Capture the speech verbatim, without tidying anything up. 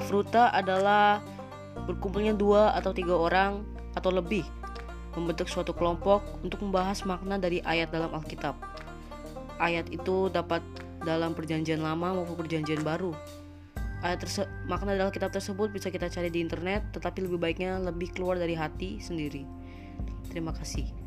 Hafruta adalah berkumpulnya dua atau tiga orang atau lebih membentuk suatu kelompok untuk membahas makna dari ayat dalam Alkitab. Ayat itu dapat dalam perjanjian lama maupun perjanjian baru. Ayat terse- makna dalam kitab tersebut bisa kita cari di internet, tetapi lebih baiknya lebih keluar dari hati sendiri. Terima kasih.